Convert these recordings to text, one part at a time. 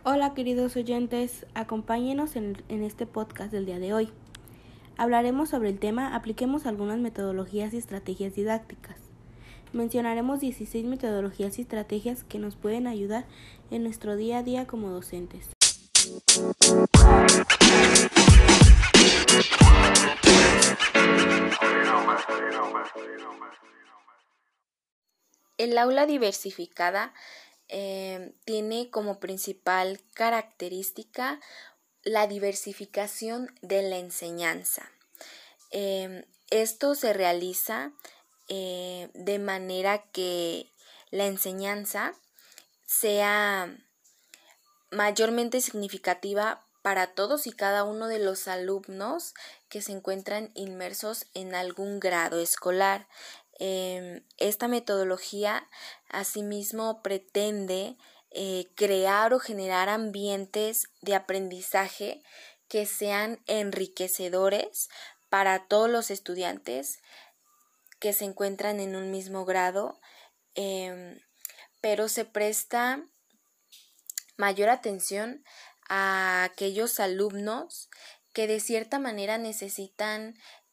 Hola queridos oyentes, acompáñenos en este podcast del día de hoy. Hablaremos sobre el tema Apliquemos algunas metodologías y estrategias didácticas. Mencionaremos 16 metodologías y estrategias que nos pueden ayudar en nuestro día a día como docentes. El aula diversificada tiene como principal característica la diversificación de la enseñanza. Esto se realiza de manera que la enseñanza sea mayormente significativa para todos y cada uno de los alumnos que se encuentran inmersos en algún grado escolar. Esta metodología asimismo pretende crear o generar ambientes de aprendizaje que sean enriquecedores para todos los estudiantes que se encuentran en un mismo grado, pero se presta mayor atención a aquellos alumnos que de cierta manera necesitan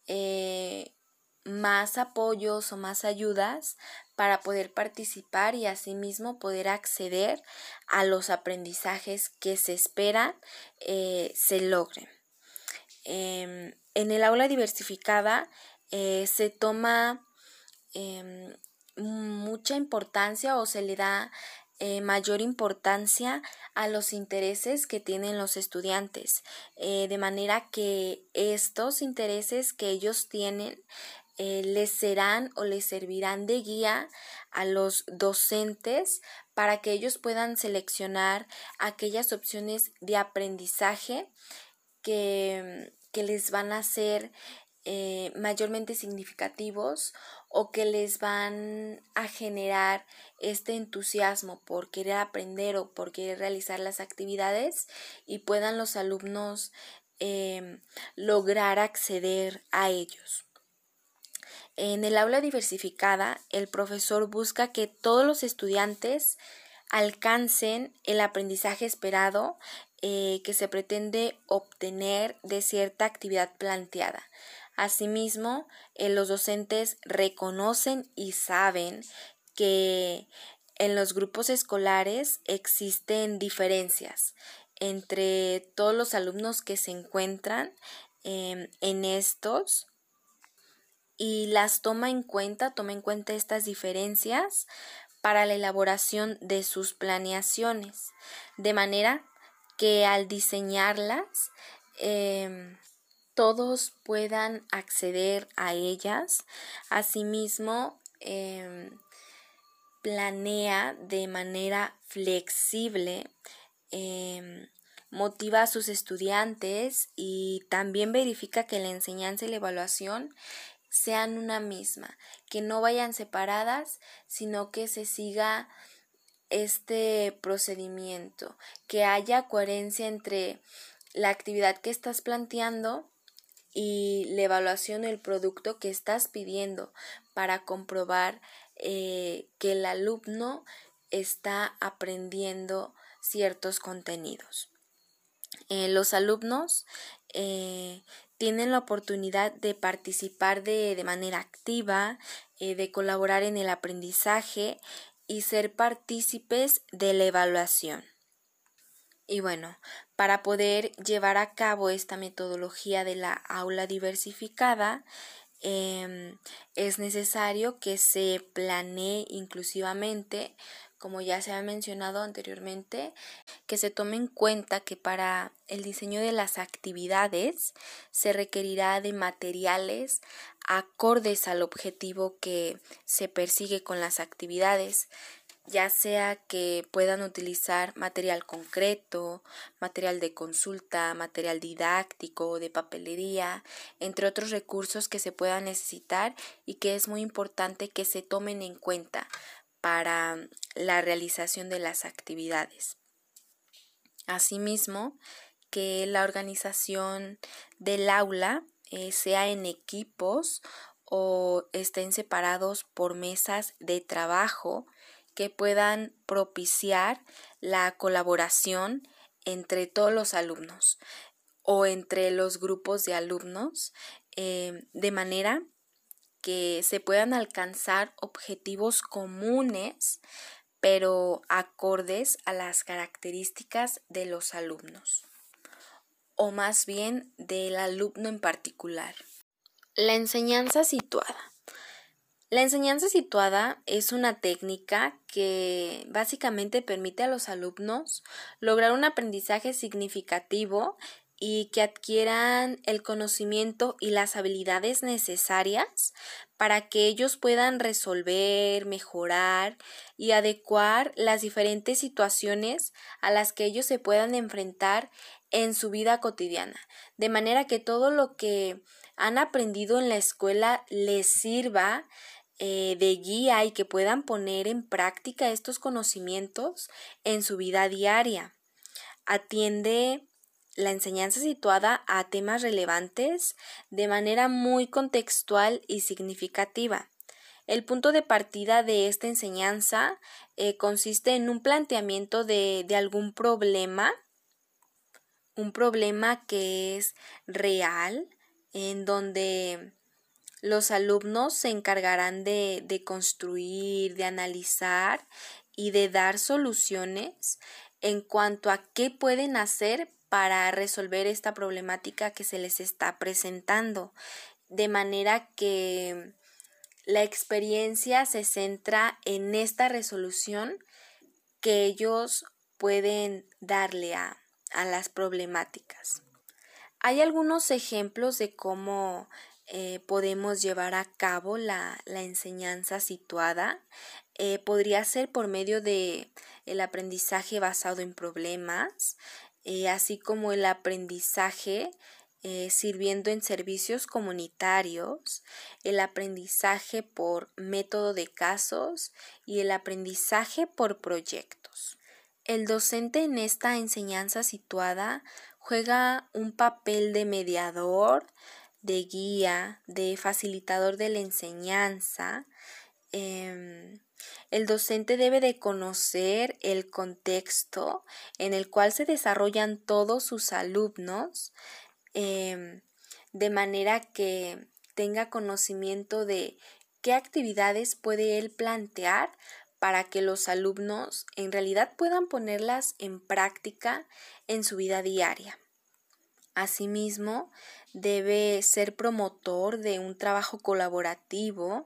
más apoyos o más ayudas para poder participar y asimismo poder acceder a los aprendizajes que se esperan se logren. En el aula diversificada se toma mucha importancia o se le da mayor importancia a los intereses que tienen los estudiantes, de manera que estos intereses que ellos tienen les serán o les servirán de guía a los docentes para que ellos puedan seleccionar aquellas opciones de aprendizaje que les van a ser mayormente significativos o que les van a generar este entusiasmo por querer aprender o por querer realizar las actividades y puedan los alumnos lograr acceder a ellos. En el aula diversificada, el profesor busca que todos los estudiantes alcancen el aprendizaje esperado que se pretende obtener de cierta actividad planteada. Asimismo, los docentes reconocen y saben que en los grupos escolares existen diferencias entre todos los alumnos que se encuentran en estos y las toma en cuenta estas diferencias para la elaboración de sus planeaciones, de manera que al diseñarlas todos puedan acceder a ellas. Asimismo, planea de manera flexible, motiva a sus estudiantes y también verifica que la enseñanza y la evaluación sean una misma, que no vayan separadas, sino que se siga este procedimiento, que haya coherencia entre la actividad que estás planteando y la evaluación del producto que estás pidiendo para comprobar que el alumno está aprendiendo ciertos contenidos. Los alumnos tienen la oportunidad de participar de manera activa, de colaborar en el aprendizaje y ser partícipes de la evaluación. Y bueno, para poder llevar a cabo esta metodología de la aula diversificada, es necesario que se planee inclusivamente, como ya se ha mencionado anteriormente, que se tome en cuenta que para el diseño de las actividades se requerirá de materiales acordes al objetivo que se persigue con las actividades, ya sea que puedan utilizar material concreto, material de consulta, material didáctico, de papelería, entre otros recursos que se puedan necesitar y que es muy importante que se tomen en cuenta para la realización de las actividades. Asimismo, que la organización del aula sea en equipos o estén separados por mesas de trabajo que puedan propiciar la colaboración entre todos los alumnos o entre los grupos de alumnos, de manera que se puedan alcanzar objetivos comunes, pero acordes a las características de los alumnos, o más bien del alumno en particular. La enseñanza situada. La enseñanza situada es una técnica que básicamente permite a los alumnos lograr un aprendizaje significativo y que adquieran el conocimiento y las habilidades necesarias para que ellos puedan resolver, mejorar y adecuar las diferentes situaciones a las que ellos se puedan enfrentar en su vida cotidiana, de manera que todo lo que han aprendido en la escuela les sirva de guía y que puedan poner en práctica estos conocimientos en su vida diaria. Atiende la enseñanza situada a temas relevantes de manera muy contextual y significativa. El punto de partida de esta enseñanza consiste en un planteamiento de algún problema, un problema que es real, en donde los alumnos se encargarán de construir, de analizar y de dar soluciones en cuanto a qué pueden hacer para resolver esta problemática que se les está presentando, de manera que la experiencia se centra en esta resolución que ellos pueden darle a las problemáticas. Hay algunos ejemplos de cómo podemos llevar a cabo la enseñanza situada. Podría ser por medio de el aprendizaje basado en problemas, así como el aprendizaje sirviendo en servicios comunitarios, el aprendizaje por método de casos y el aprendizaje por proyectos. El docente en esta enseñanza situada juega un papel de mediador, de guía, de facilitador de la enseñanza. El docente debe de conocer el contexto en el cual se desarrollan todos sus alumnos, de manera que tenga conocimiento de qué actividades puede él plantear para que los alumnos en realidad puedan ponerlas en práctica en su vida diaria. Asimismo, debe ser promotor de un trabajo colaborativo,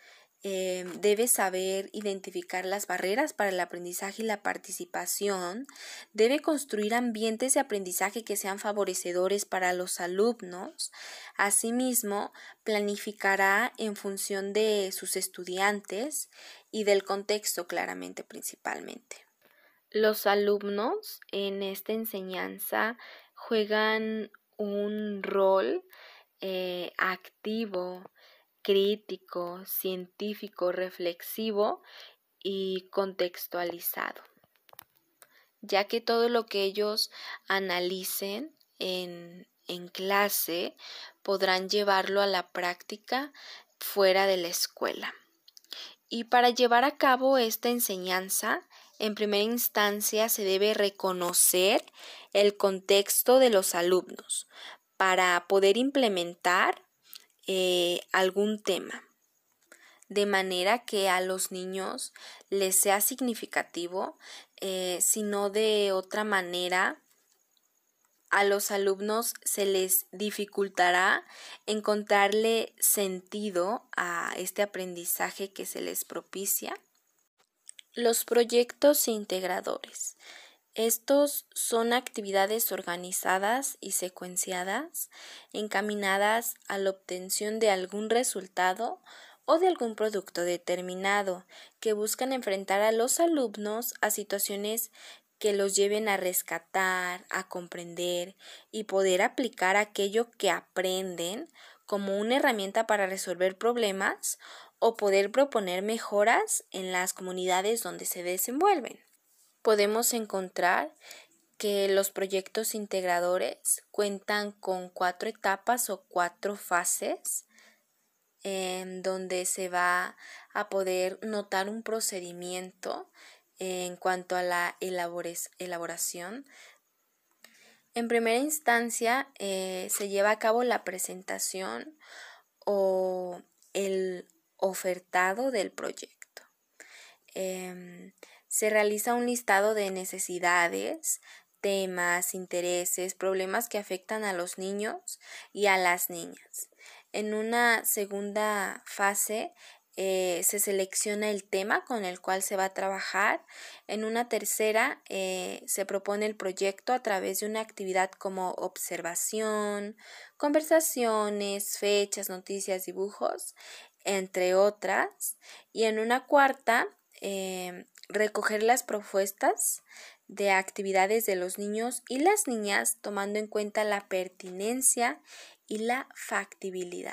debe saber identificar las barreras para el aprendizaje y la participación, debe construir ambientes de aprendizaje que sean favorecedores para los alumnos. Asimismo, planificará en función de sus estudiantes y del contexto claramente principalmente. Los alumnos en esta enseñanza juegan un rol activo, crítico, científico, reflexivo y contextualizado, ya que todo lo que ellos analicen en clase podrán llevarlo a la práctica fuera de la escuela. Y para llevar a cabo esta enseñanza, en primera instancia se debe reconocer el contexto de los alumnos para poder implementar algún tema, de manera que a los niños les sea significativo, sino de otra manera a los alumnos se les dificultará encontrarle sentido a este aprendizaje que se les propicia. Los proyectos integradores. Estos son actividades organizadas y secuenciadas, encaminadas a la obtención de algún resultado o de algún producto determinado, que buscan enfrentar a los alumnos a situaciones que los lleven a rescatar, a comprender y poder aplicar aquello que aprenden como una herramienta para resolver problemas o poder proponer mejoras en las comunidades donde se desenvuelven. Podemos encontrar que los proyectos integradores cuentan con 4 etapas o 4 fases en donde se va a poder notar un procedimiento en cuanto a la elaboración En primera instancia, se lleva a cabo la presentación o el ofertado del proyecto. Se realiza un listado de necesidades, temas, intereses, problemas que afectan a los niños y a las niñas. En una segunda fase se selecciona el tema con el cual se va a trabajar. En una tercera se propone el proyecto a través de una actividad como observación, conversaciones, fechas, noticias, dibujos, entre otras. Y en una cuarta, recoger las propuestas de actividades de los niños y las niñas tomando en cuenta la pertinencia y la factibilidad.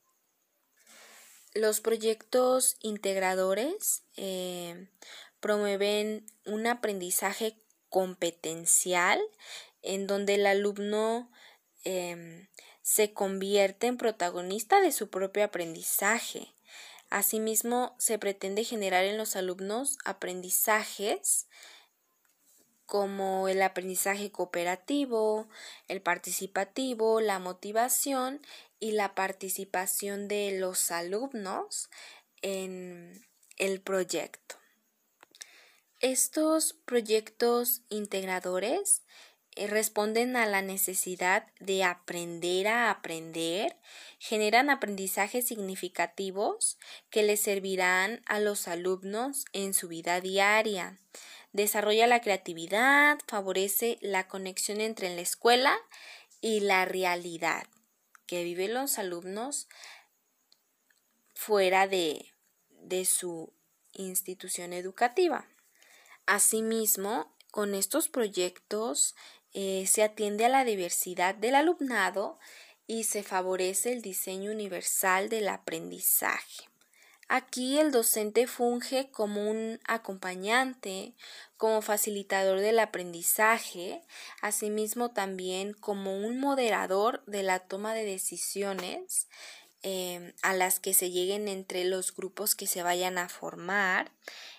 Los proyectos integradores promueven un aprendizaje competencial en donde el alumno se convierte en protagonista de su propio aprendizaje. Asimismo, se pretende generar en los alumnos aprendizajes como el aprendizaje cooperativo, el participativo, la motivación y la participación de los alumnos en el proyecto. Estos proyectos integradores responden a la necesidad de aprender a aprender, generan aprendizajes significativos que les servirán a los alumnos en su vida diaria. Desarrolla la creatividad, favorece la conexión entre la escuela y la realidad que viven los alumnos fuera de su institución educativa. Asimismo, con estos proyectos se atiende a la diversidad del alumnado y se favorece el diseño universal del aprendizaje. Aquí el docente funge como un acompañante, como facilitador del aprendizaje, asimismo también como un moderador de la toma de decisiones a las que se lleguen entre los grupos que se vayan a formar.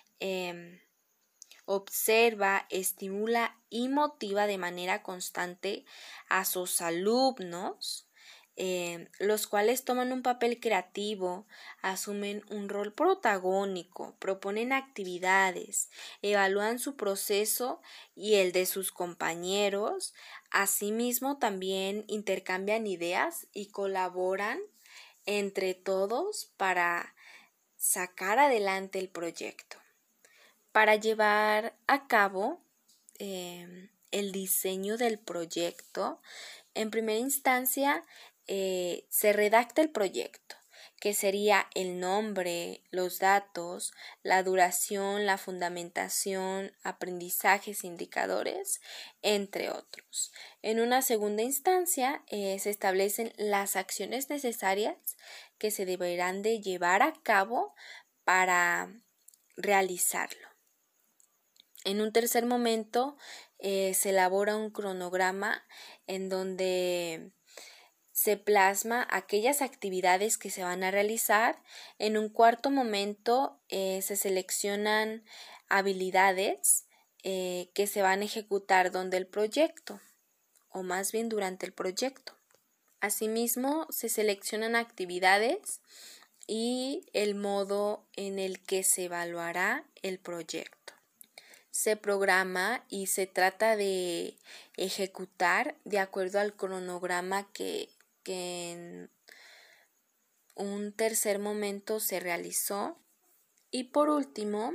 Observa, estimula y motiva de manera constante a sus alumnos, los cuales toman un papel creativo, asumen un rol protagónico, proponen actividades, evalúan su proceso y el de sus compañeros. Asimismo, también intercambian ideas y colaboran entre todos para sacar adelante el proyecto. Para llevar a cabo el diseño del proyecto, en primera instancia se redacta el proyecto, que sería el nombre, los datos, la duración, la fundamentación, aprendizajes, indicadores, entre otros. En una segunda instancia se establecen las acciones necesarias que se deberán de llevar a cabo para realizarlo. En un tercer momento se elabora un cronograma en donde se plasma aquellas actividades que se van a realizar. En un cuarto momento se seleccionan habilidades que se van a ejecutar donde el proyecto, o más bien durante el proyecto. Asimismo, se seleccionan actividades y el modo en el que se evaluará el proyecto. Se programa y se trata de ejecutar de acuerdo al cronograma que en un tercer momento se realizó. Y por último,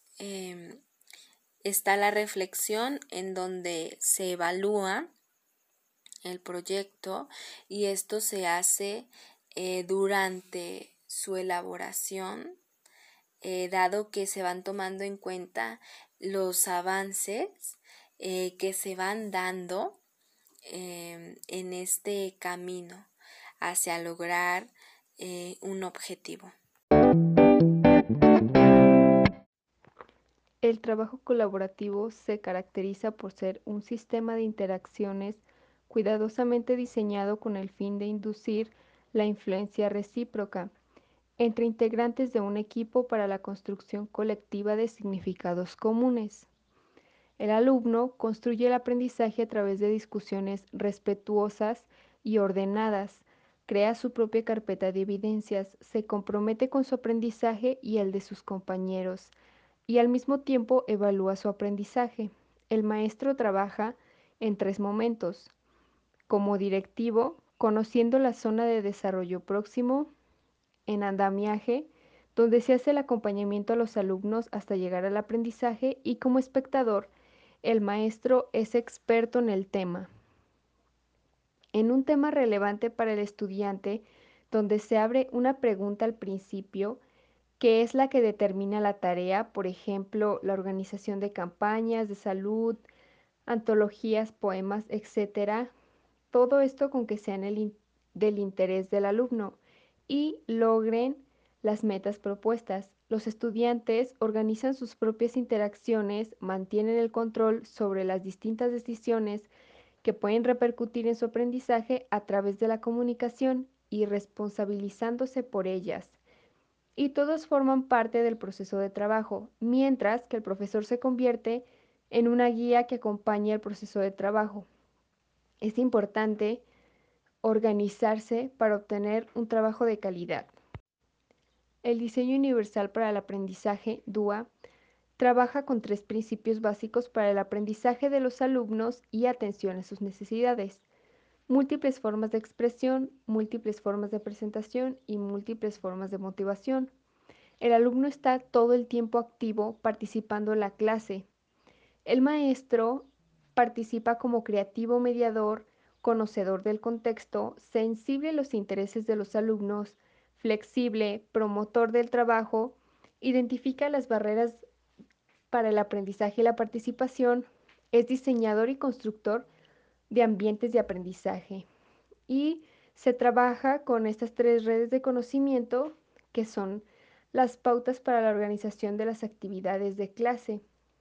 está la reflexión en donde se evalúa el proyecto y esto se hace durante su elaboración, dado que se van tomando en cuenta los avances que se van dando en este camino hacia lograr un objetivo. El trabajo colaborativo se caracteriza por ser un sistema de interacciones cuidadosamente diseñado con el fin de inducir la influencia recíproca entre integrantes de un equipo para la construcción colectiva de significados comunes. El alumno construye el aprendizaje a través de discusiones respetuosas y ordenadas, crea su propia carpeta de evidencias, se compromete con su aprendizaje y el de sus compañeros, y al mismo tiempo evalúa su aprendizaje. El maestro trabaja en 3 momentos: como directivo, conociendo la zona de desarrollo próximo; en andamiaje, donde se hace el acompañamiento a los alumnos hasta llegar al aprendizaje; y como espectador, el maestro es experto en el tema. En un tema relevante para el estudiante, donde se abre una pregunta al principio, que es la que determina la tarea, por ejemplo, la organización de campañas de salud, antologías, poemas, etcétera. Todo esto con que sean del interés del alumno y logren las metas propuestas. Los estudiantes organizan sus propias interacciones, mantienen el control sobre las distintas decisiones que pueden repercutir en su aprendizaje a través de la comunicación y responsabilizándose por ellas. Y todos forman parte del proceso de trabajo, mientras que el profesor se convierte en una guía que acompaña el proceso de trabajo. Es importante organizarse para obtener un trabajo de calidad. El diseño universal para el aprendizaje, DUA, trabaja con 3 principios básicos para el aprendizaje de los alumnos y atención a sus necesidades: múltiples formas de expresión, múltiples formas de presentación y múltiples formas de motivación. El alumno está todo el tiempo activo participando en la clase. El maestro participa como creativo mediador, conocedor del contexto, sensible a los intereses de los alumnos, flexible, promotor del trabajo, identifica las barreras para el aprendizaje y la participación, es diseñador y constructor de ambientes de aprendizaje. Y se trabaja con estas 3 redes de conocimiento, que son las pautas para la organización de las actividades de clase.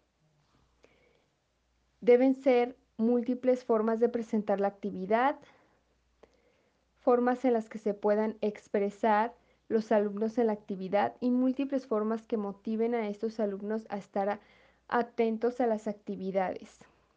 Deben ser múltiples formas de presentar la actividad, formas en las que se puedan expresar los alumnos en la actividad y múltiples formas que motiven a estos alumnos a estar atentos a las actividades.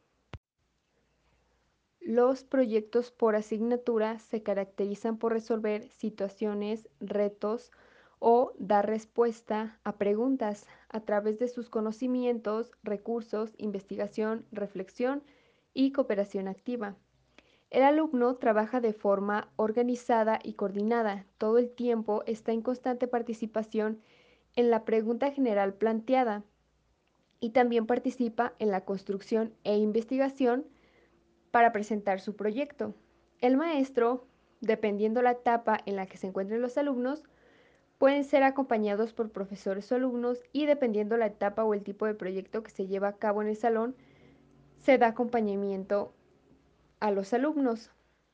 Los proyectos por asignatura se caracterizan por resolver situaciones, retos o dar respuesta a preguntas a través de sus conocimientos, recursos, investigación, reflexión y cooperación activa. El alumno trabaja de forma organizada y coordinada. Todo el tiempo está en constante participación en la pregunta general planteada y también participa en la construcción e investigación para presentar su proyecto. El maestro, dependiendo la etapa en la que se encuentren los alumnos, pueden ser acompañados por profesores o alumnos, y dependiendo la etapa o el tipo de proyecto que se lleva a cabo en el salón, se da acompañamiento a los alumnos.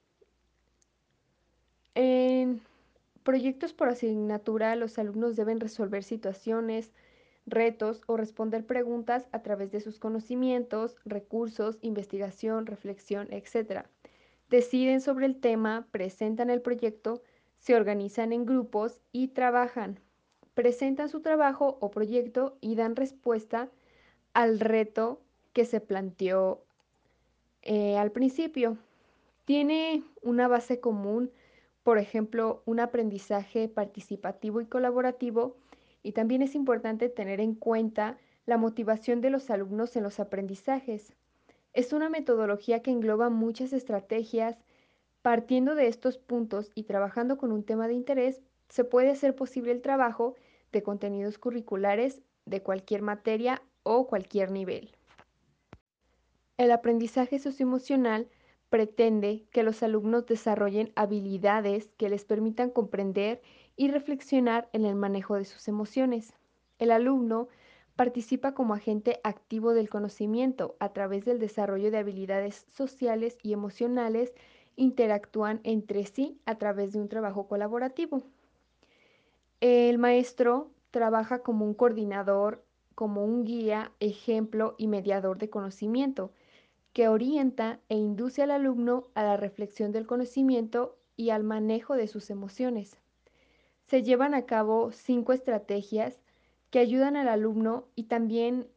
En proyectos por asignatura, los alumnos deben resolver situaciones, retos o responder preguntas a través de sus conocimientos, recursos, investigación, reflexión, etc. Deciden sobre el tema, presentan el proyecto, se organizan en grupos y trabajan. Presentan su trabajo o proyecto y dan respuesta al reto que se planteó al principio. Tiene una base común, por ejemplo, un aprendizaje participativo y colaborativo, y también es importante tener en cuenta la motivación de los alumnos en los aprendizajes. Es una metodología que engloba muchas estrategias. Partiendo de estos puntos y trabajando con un tema de interés, se puede hacer posible el trabajo de contenidos curriculares de cualquier materia o cualquier nivel. El aprendizaje socioemocional pretende que los alumnos desarrollen habilidades que les permitan comprender y reflexionar en el manejo de sus emociones. El alumno participa como agente activo del conocimiento a través del desarrollo de habilidades sociales y emocionales, interactúan entre sí a través de un trabajo colaborativo. El maestro trabaja como un coordinador, como un guía, ejemplo y mediador de conocimiento, que orienta e induce al alumno a la reflexión del conocimiento y al manejo de sus emociones. Se llevan a cabo 5 estrategias que ayudan al alumno y también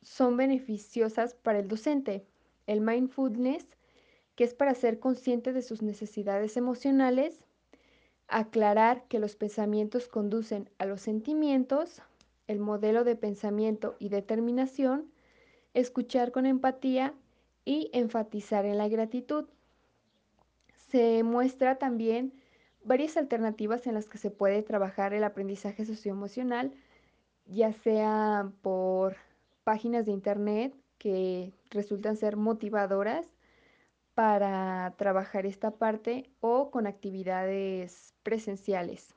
son beneficiosas para el docente. El mindfulness, que es para ser consciente de sus necesidades emocionales, aclarar que los pensamientos conducen a los sentimientos, el modelo de pensamiento y determinación, escuchar con empatía y enfatizar en la gratitud. Se muestra también varias alternativas en las que se puede trabajar el aprendizaje socioemocional, ya sea por páginas de internet que resultan ser motivadoras para trabajar esta parte o con actividades presenciales.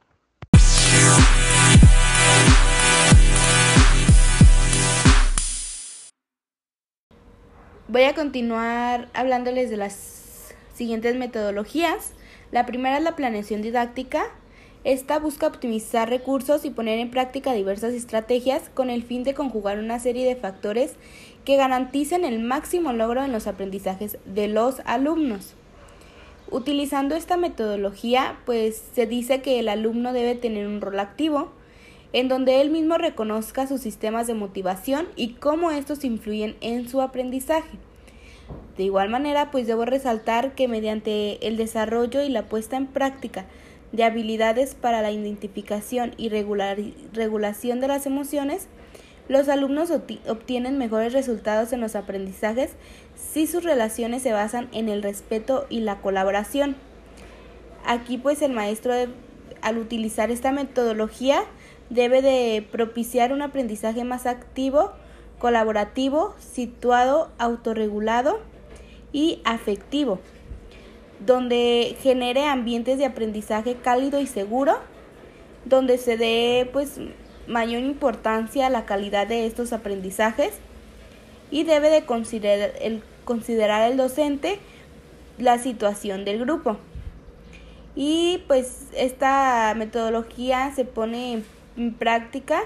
Voy a continuar hablándoles de las siguientes metodologías. La primera es la planeación didáctica. Esta busca optimizar recursos y poner en práctica diversas estrategias con el fin de conjugar una serie de factores que garanticen el máximo logro en los aprendizajes de los alumnos. Utilizando esta metodología, pues se dice que el alumno debe tener un rol activo, en donde él mismo reconozca sus sistemas de motivación y cómo estos influyen en su aprendizaje. De igual manera, pues debo resaltar que mediante el desarrollo y la puesta en práctica de habilidades para la identificación y regulación de las emociones, los alumnos obtienen mejores resultados en los aprendizajes si sus relaciones se basan en el respeto y la colaboración. Aquí pues el maestro al utilizar esta metodología debe de propiciar un aprendizaje más activo, colaborativo, situado, autorregulado y afectivo, donde genere ambientes de aprendizaje cálido y seguro, donde se dé pues mayor importancia a la calidad de estos aprendizajes y debe de considerar el docente la situación del grupo. Y pues esta metodología se pone en práctica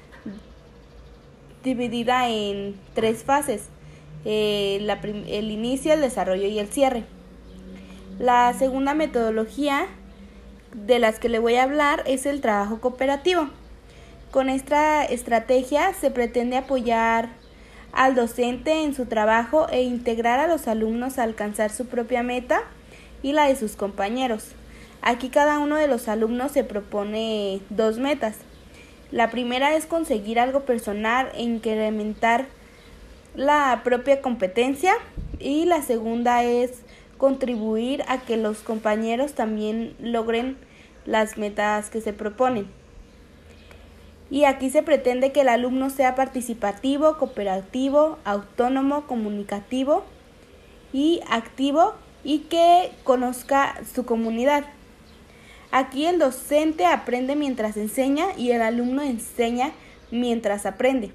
dividida en 3 fases, el inicio, el desarrollo y el cierre. La segunda metodología de las que le voy a hablar es el trabajo cooperativo. Con esta estrategia se pretende apoyar al docente en su trabajo e integrar a los alumnos a alcanzar su propia meta y la de sus compañeros. Aquí cada uno de los alumnos se propone 2 metas. La primera es conseguir algo personal e incrementar la propia competencia, y la segunda es contribuir a que los compañeros también logren las metas que se proponen. Y aquí se pretende que el alumno sea participativo, cooperativo, autónomo, comunicativo y activo, y que conozca su comunidad. Aquí el docente aprende mientras enseña y el alumno enseña mientras aprende.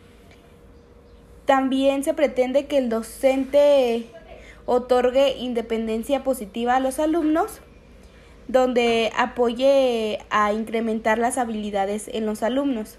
También se pretende que el docente otorgue independencia positiva a los alumnos, donde apoye a incrementar las habilidades en los alumnos.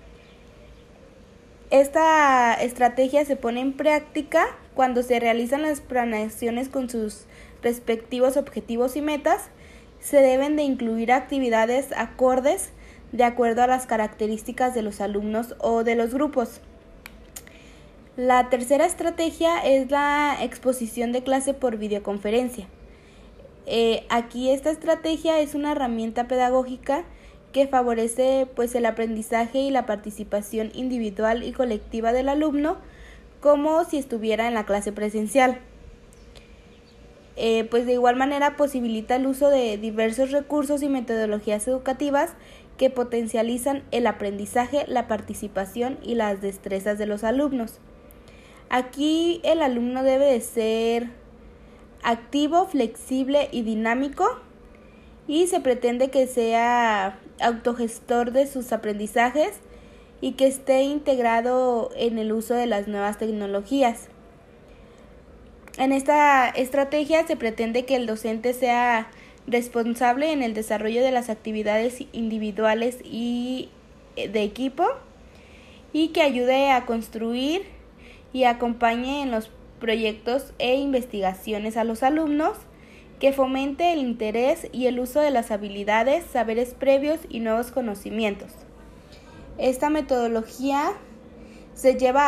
Esta estrategia se pone en práctica cuando se realizan las planeaciones con sus respectivos objetivos y metas. Se deben de incluir actividades acordes de acuerdo a las características de los alumnos o de los grupos. La tercera estrategia es la exposición de clase por videoconferencia. Aquí esta estrategia es una herramienta pedagógica que favorece pues el aprendizaje y la participación individual y colectiva del alumno, como si estuviera en la clase presencial. Pues de igual manera posibilita el uso de diversos recursos y metodologías educativas que potencializan el aprendizaje, la participación y las destrezas de los alumnos. Aquí el alumno debe de ser activo, flexible y dinámico, y se pretende que sea autogestor de sus aprendizajes y que esté integrado en el uso de las nuevas tecnologías. En esta estrategia se pretende que el docente sea responsable en el desarrollo de las actividades individuales y de equipo, y que ayude a construir y acompañe en los proyectos e investigaciones a los alumnos, que fomente el interés y el uso de las habilidades, saberes previos y nuevos conocimientos. Esta metodología se lleva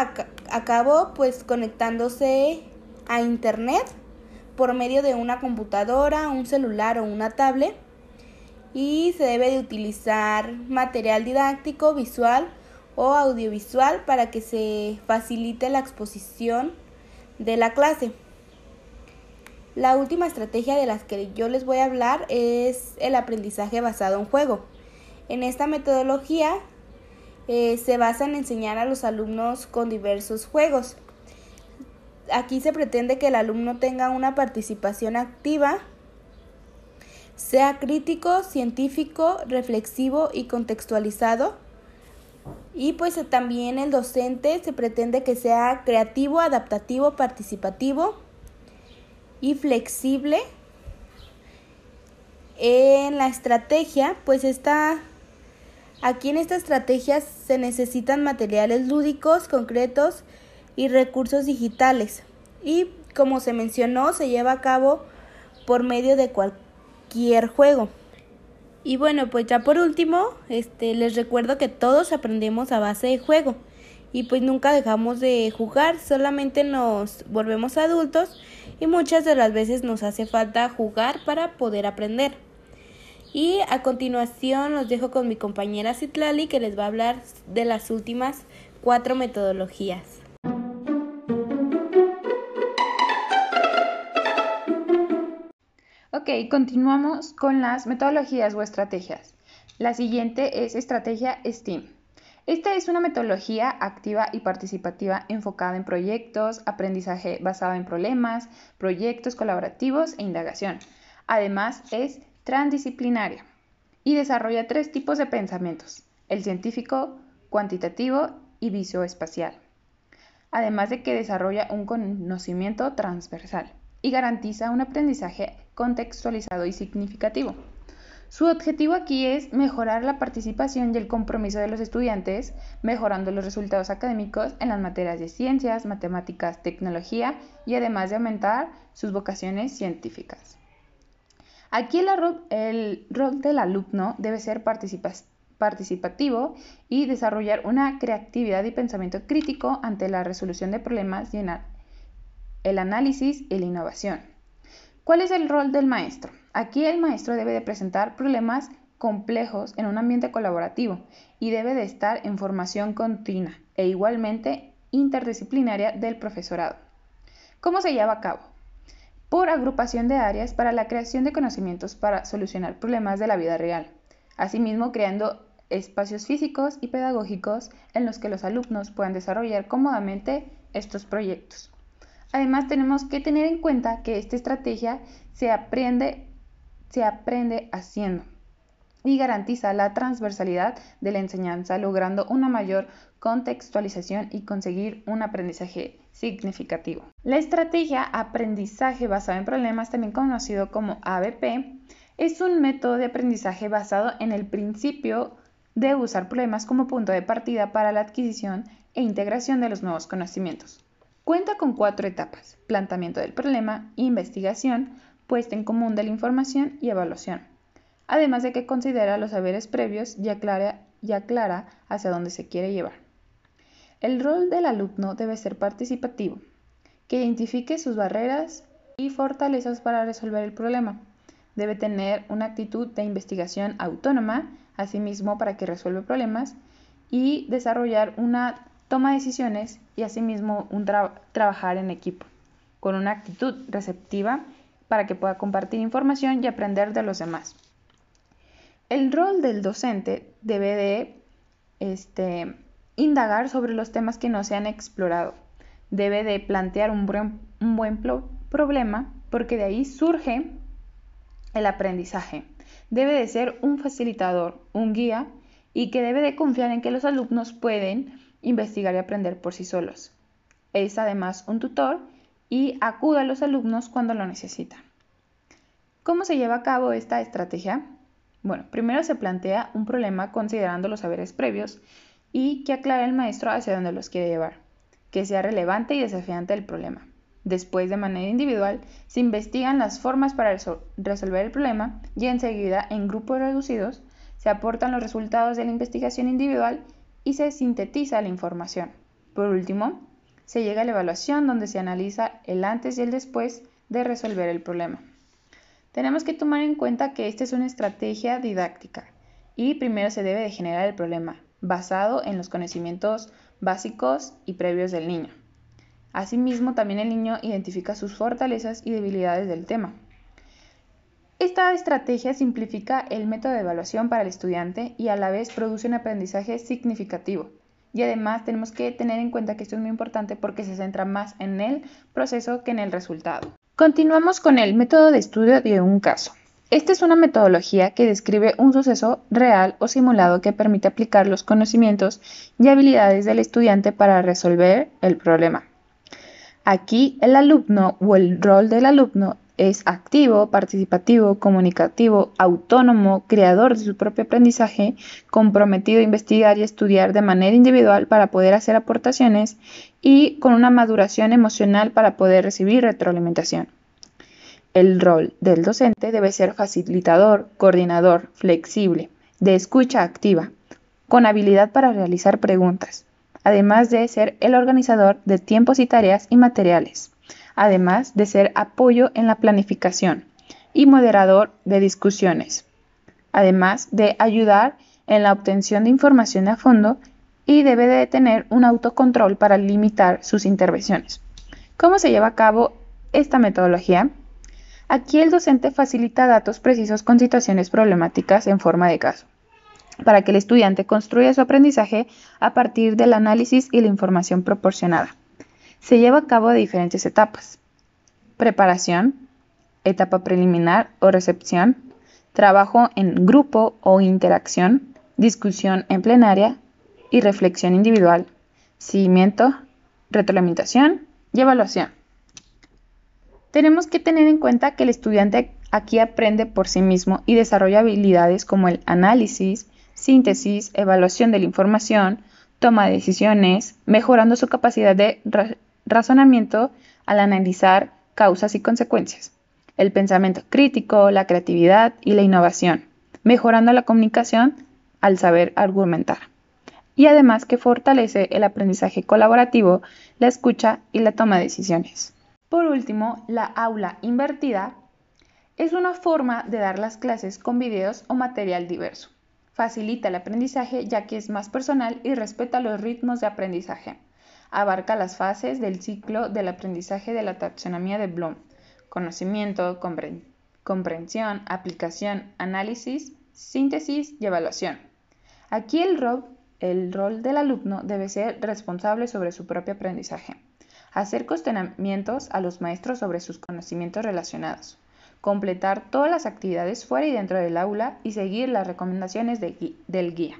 a cabo pues conectándose a internet por medio de una computadora, un celular o una tablet, y se debe de utilizar material didáctico, visual o audiovisual para que se facilite la exposición de la clase. La última estrategia de las que yo les voy a hablar es el aprendizaje basado en juego. En esta metodología se basa en enseñar a los alumnos con diversos juegos. Aquí se pretende que el alumno tenga una participación activa, sea crítico, científico, reflexivo y contextualizado. Y pues también el docente se pretende que sea creativo, adaptativo, participativo y flexible. En la estrategia, pues aquí en esta estrategia se necesitan materiales lúdicos, concretos y recursos digitales. Y como se mencionó, se lleva a cabo por medio de cualquier juego. Y bueno, pues ya por último, les recuerdo que todos aprendemos a base de juego y pues nunca dejamos de jugar, solamente nos volvemos adultos y muchas de las veces nos hace falta jugar para poder aprender. Y a continuación los dejo con mi compañera Citlali, que les va a hablar de las últimas 4 metodologías. Ok, continuamos con las metodologías o estrategias. La siguiente es estrategia STEAM. Esta es una metodología activa y participativa enfocada en proyectos, aprendizaje basado en problemas, proyectos colaborativos e indagación. Además, es transdisciplinaria y desarrolla 3 tipos de pensamientos: el científico, cuantitativo y visoespacial. Además de que desarrolla un conocimiento transversal y garantiza un aprendizaje contextualizado y significativo. Su objetivo aquí es mejorar la participación y el compromiso de los estudiantes, mejorando los resultados académicos en las materias de ciencias, matemáticas, tecnología y además de aumentar sus vocaciones científicas. Aquí el rol del alumno debe ser participativo y desarrollar una creatividad y pensamiento crítico ante la resolución de problemas y el análisis y la innovación. ¿Cuál es el rol del maestro? Aquí el maestro debe de presentar problemas complejos en un ambiente colaborativo y debe de estar en formación continua e igualmente interdisciplinaria del profesorado. ¿Cómo se lleva a cabo? Por agrupación de áreas para la creación de conocimientos para solucionar problemas de la vida real. Asimismo, creando espacios físicos y pedagógicos en los que los alumnos puedan desarrollar cómodamente estos proyectos. Además, tenemos que tener en cuenta que esta estrategia se aprende haciendo y garantiza la transversalidad de la enseñanza, logrando una mayor contextualización y conseguir un aprendizaje significativo. La estrategia aprendizaje basado en problemas, también conocido como ABP, es un método de aprendizaje basado en el principio de usar problemas como punto de partida para la adquisición e integración de los nuevos conocimientos. Cuenta con 4 etapas: planteamiento del problema, investigación, puesta en común de la información y evaluación. Además de que considera los saberes previos y aclara hacia dónde se quiere llevar. El rol del alumno debe ser participativo, que identifique sus barreras y fortalezas para resolver el problema. Debe tener una actitud de investigación autónoma, asimismo para que resuelva problemas, y desarrollar una toma de decisiones y asimismo trabajar en equipo, con una actitud receptiva para que pueda compartir información y aprender de los demás. El rol del docente debe de indagar sobre los temas que no se han explorado. Debe de plantear un buen problema, porque de ahí surge el aprendizaje. Debe de ser un facilitador, un guía, y que debe de confiar en que los alumnos pueden investigar y aprender por sí solos. Es además un tutor y acude a los alumnos cuando lo necesitan. ¿Cómo se lleva a cabo esta estrategia? Bueno, primero se plantea un problema considerando los saberes previos y que aclare el maestro hacia dónde los quiere llevar, que sea relevante y desafiante el problema. Después, de manera individual, se investigan las formas para resolver el problema y enseguida, en grupos reducidos, se aportan los resultados de la investigación individual y se sintetiza la información. Por último, se llega a la evaluación, donde se analiza el antes y el después de resolver el problema. Tenemos que tomar en cuenta que esta es una estrategia didáctica y primero se debe de generar el problema, basado en los conocimientos básicos y previos del niño. Asimismo, también el niño identifica sus fortalezas y debilidades del tema. Esta estrategia simplifica el método de evaluación para el estudiante y a la vez produce un aprendizaje significativo. Y además tenemos que tener en cuenta que esto es muy importante porque se centra más en el proceso que en el resultado. Continuamos con el método de estudio de un caso. Esta es una metodología que describe un suceso real o simulado que permite aplicar los conocimientos y habilidades del estudiante para resolver el problema. Aquí el alumno o el rol del alumno es activo, participativo, comunicativo, autónomo, creador de su propio aprendizaje, comprometido a investigar y estudiar de manera individual para poder hacer aportaciones y con una maduración emocional para poder recibir retroalimentación. El rol del docente debe ser facilitador, coordinador, flexible, de escucha activa, con habilidad para realizar preguntas, además de ser el organizador de tiempos y tareas y materiales, además de ser apoyo en la planificación y moderador de discusiones, además de ayudar en la obtención de información a fondo y debe de tener un autocontrol para limitar sus intervenciones. ¿Cómo se lleva a cabo esta metodología? Aquí el docente facilita datos precisos con situaciones problemáticas en forma de caso, para que el estudiante construya su aprendizaje a partir del análisis y la información proporcionada. Se lleva a cabo de diferentes etapas: preparación, etapa preliminar o recepción, trabajo en grupo o interacción, discusión en plenaria y reflexión individual, seguimiento, retroalimentación y evaluación. Tenemos que tener en cuenta que el estudiante aquí aprende por sí mismo y desarrolla habilidades como el análisis, síntesis, evaluación de la información, toma de decisiones, mejorando su capacidad de razonamiento al analizar causas y consecuencias, el pensamiento crítico, la creatividad y la innovación, mejorando la comunicación al saber argumentar. Y además que fortalece el aprendizaje colaborativo, la escucha y la toma de decisiones. Por último, la aula invertida es una forma de dar las clases con videos o material diverso. Facilita el aprendizaje ya que es más personal y respeta los ritmos de aprendizaje. Abarca las fases del ciclo del aprendizaje de la taxonomía de Bloom: conocimiento, comprensión, aplicación, análisis, síntesis y evaluación. Aquí el rol del alumno debe ser responsable sobre su propio aprendizaje, hacer cuestionamientos a los maestros sobre sus conocimientos relacionados, completar todas las actividades fuera y dentro del aula y seguir las recomendaciones del guía.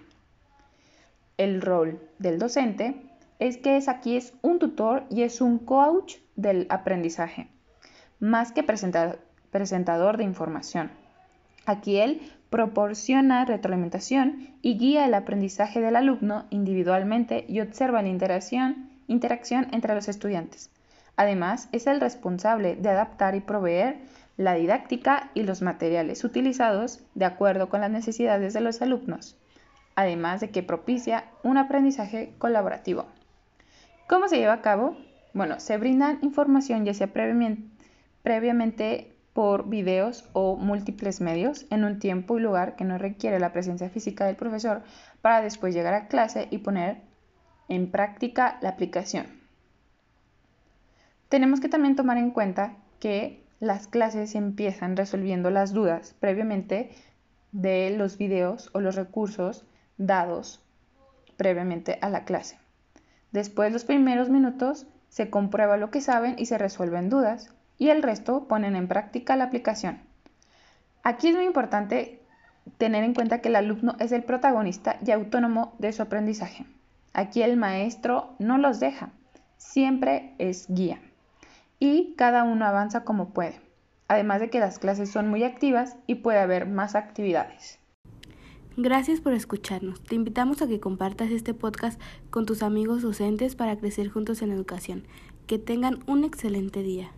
El rol del docente aquí es un tutor y es un coach del aprendizaje, más que presentador de información. Aquí él proporciona retroalimentación y guía el aprendizaje del alumno individualmente y observa la interacción entre los estudiantes. Además, es el responsable de adaptar y proveer la didáctica y los materiales utilizados de acuerdo con las necesidades de los alumnos, además de que propicia un aprendizaje colaborativo. ¿Cómo se lleva a cabo? Bueno, se brinda información ya sea previamente por videos o múltiples medios en un tiempo y lugar que no requiere la presencia física del profesor para después llegar a clase y poner en práctica la aplicación. Tenemos que también tomar en cuenta que las clases empiezan resolviendo las dudas previamente de los videos o los recursos dados previamente a la clase. Después, los primeros minutos, se comprueba lo que saben y se resuelven dudas, y el resto ponen en práctica la aplicación. Aquí es muy importante tener en cuenta que el alumno es el protagonista y autónomo de su aprendizaje. Aquí el maestro no los deja, siempre es guía y cada uno avanza como puede. Además de que las clases son muy activas y puede haber más actividades. Gracias por escucharnos. Te invitamos a que compartas este podcast con tus amigos docentes para crecer juntos en educación. Que tengan un excelente día.